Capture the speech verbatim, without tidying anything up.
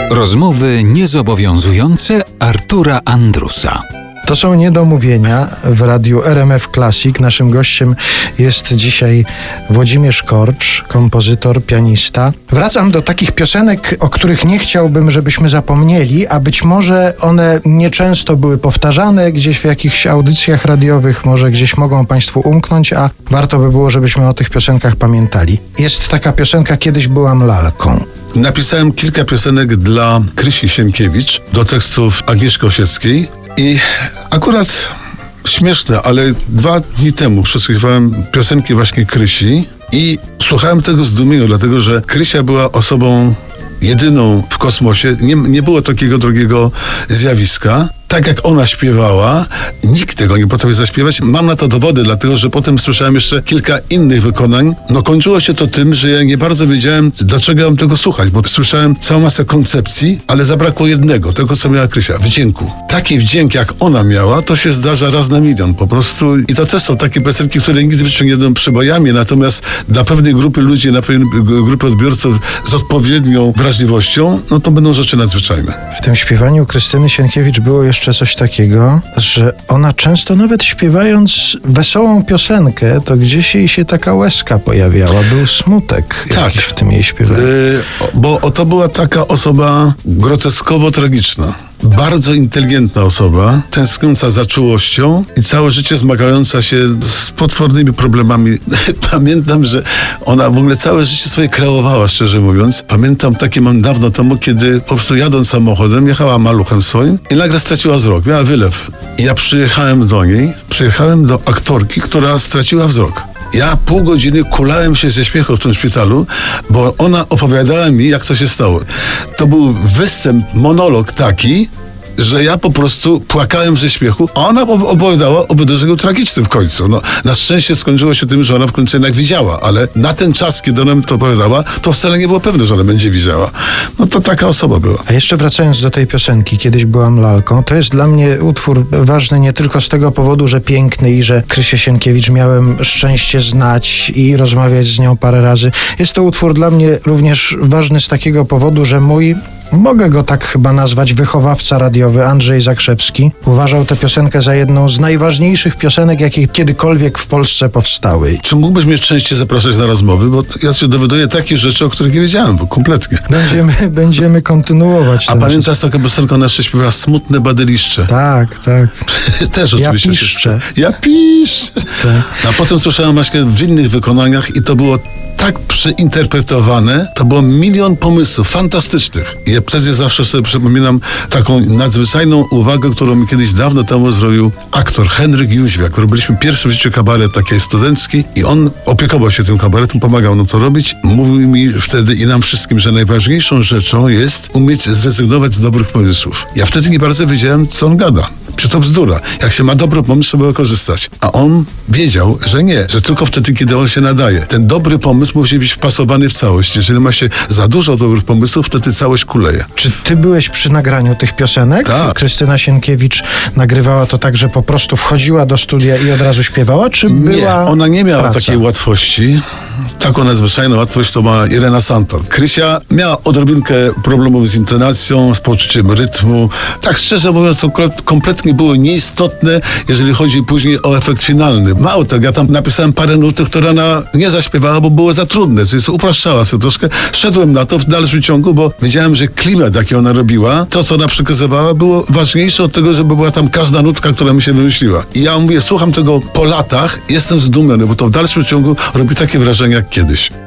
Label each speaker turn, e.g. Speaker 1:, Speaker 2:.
Speaker 1: Rozmowy niezobowiązujące Artura Andrusa.
Speaker 2: To są niedomówienia w radiu R M F Classic. Naszym gościem jest dzisiaj Włodzimierz Korcz, kompozytor, pianista. Wracam do takich piosenek, o których nie chciałbym, żebyśmy zapomnieli, a być może one nieczęsto były powtarzane gdzieś w jakichś audycjach radiowych, może gdzieś mogą Państwu umknąć, a warto by było, żebyśmy o tych piosenkach pamiętali. Jest taka piosenka "Kiedyś byłam lalką".
Speaker 3: Napisałem kilka piosenek dla Krysi Sienkiewicz do tekstów Agnieszki Osieckiej i akurat śmieszne, ale dwa dni temu przesłuchiwałem piosenki właśnie Krysi i słuchałem tego z zdumieniem, dlatego że Krysia była osobą jedyną w kosmosie. Nie, nie było takiego drugiego zjawiska. Tak jak ona śpiewała, nikt tego nie potrafi zaśpiewać. Mam na to dowody, dlatego że potem słyszałem jeszcze kilka innych wykonań. No kończyło się to tym, że ja nie bardzo wiedziałem, dlaczego ja mam tego słuchać, bo słyszałem całą masę koncepcji, ale zabrakło jednego, tego co miała Krysia, wdzięku. Taki wdzięk jak ona miała, to się zdarza raz na milion po prostu. I to też są takie piosenki, które nigdy w życiu nie będą przybojami, natomiast dla pewnej grupy ludzi, dla pewnej grupy odbiorców z odpowiednią wrażliwością, no to będą rzeczy nadzwyczajne.
Speaker 2: W tym śpiewaniu Krystyny Sienkiewicz było jeszcze jeszcze coś takiego, że ona często nawet śpiewając wesołą piosenkę, to gdzieś jej się taka łezka pojawiała, był smutek
Speaker 3: tak,
Speaker 2: jakiś w tym jej śpiewaniu.
Speaker 3: Yy, bo to była taka osoba groteskowo tragiczna. Bardzo inteligentna osoba, tęskniąca za czułością i całe życie zmagająca się z potwornymi problemami. Pamiętam, że ona w ogóle całe życie swoje kreowała, szczerze mówiąc. Pamiętam takie mam dawno temu, kiedy po prostu jadąc samochodem, jechała maluchem swoim i nagle straciła wzrok, miała wylew. I ja przyjechałem do niej, przyjechałem do aktorki, która straciła wzrok. Ja pół godziny kulałem się ze śmiechu w tym szpitalu, bo ona opowiadała mi, jak to się stało. To był występ, monolog taki, że ja po prostu płakałem ze śmiechu, a ona opowiadała o wydarzeniu tragicznym w końcu. No, na szczęście skończyło się tym, że ona w końcu jednak widziała, ale na ten czas, kiedy ona mi to opowiadała, to wcale nie było pewne, że ona będzie widziała. No to taka osoba była.
Speaker 2: A jeszcze wracając do tej piosenki, "Kiedyś byłam lalką", to jest dla mnie utwór ważny nie tylko z tego powodu, że piękny i że Krysię Sienkiewicz miałem szczęście znać i rozmawiać z nią parę razy. Jest to utwór dla mnie również ważny z takiego powodu, że mój, mogę go tak chyba nazwać, wychowawca radiowy Andrzej Zakrzewski uważał tę piosenkę za jedną z najważniejszych piosenek, jakie kiedykolwiek w Polsce powstały.
Speaker 3: Czy mógłbyś mnie częściej zapraszać na rozmowy? Bo ja się dowiaduję takich rzeczy, o których nie wiedziałem, bo kompletnie.
Speaker 2: Będziemy, będziemy kontynuować.
Speaker 3: A pamiętasz taką piosenkę, ona jeszcze śpiewa "Smutne badyliszcze"?
Speaker 2: Tak, tak.
Speaker 3: Też oczywiście.
Speaker 2: Ja piszczę.
Speaker 3: Się... Ja piszczę.
Speaker 2: Tak.
Speaker 3: A potem słyszałem właśnie w innych wykonaniach i to było tak przeinterpretowane, to było milion pomysłów fantastycznych. I ja wtedy zawsze sobie przypominam taką nadzwyczajną uwagę, którą mi kiedyś dawno temu zrobił aktor Henryk Jóźwiak. Robiliśmy pierwszy w życiu kabaret taki studencki i on opiekował się tym kabaretem, pomagał nam to robić. Mówił mi wtedy i nam wszystkim, że najważniejszą rzeczą jest umieć zrezygnować z dobrych pomysłów. Ja wtedy nie bardzo wiedziałem, co on gada. Czy to bzdura. Jak się ma dobry pomysł, trzeba korzystać. A on wiedział, że nie, że tylko wtedy, kiedy on się nadaje. Ten dobry pomysł musi być wpasowany w całość. Jeżeli ma się za dużo dobrych pomysłów, wtedy całość kuleje.
Speaker 2: Czy ty byłeś przy nagraniu tych piosenek?
Speaker 3: Tak.
Speaker 2: Krystyna Sienkiewicz nagrywała to tak, że po prostu wchodziła do studia i od razu śpiewała? Czy była
Speaker 3: Nie, ona nie miała
Speaker 2: praca?
Speaker 3: takiej łatwości. Taką nadzwyczajną łatwość to ma Irena Santor. Krysia miała odrobinkę problemów z intonacją, z poczuciem rytmu. Tak szczerze mówiąc, to kompletnie było nieistotne, jeżeli chodzi później o efekt finalny. Mało tego, ja tam napisałem parę nut, które ona nie zaśpiewała, bo było za trudne, czyli upraszczała sobie troszkę. Szedłem na to w dalszym ciągu, bo wiedziałem, że klimat, jaki ona robiła, to, co ona przekazywała, było ważniejsze od tego, żeby była tam każda nutka, która mi się wymyśliła. I ja mówię, słucham tego po latach, jestem zdumiony, bo to w dalszym ciągu robi takie wrażenie jak kiedyś.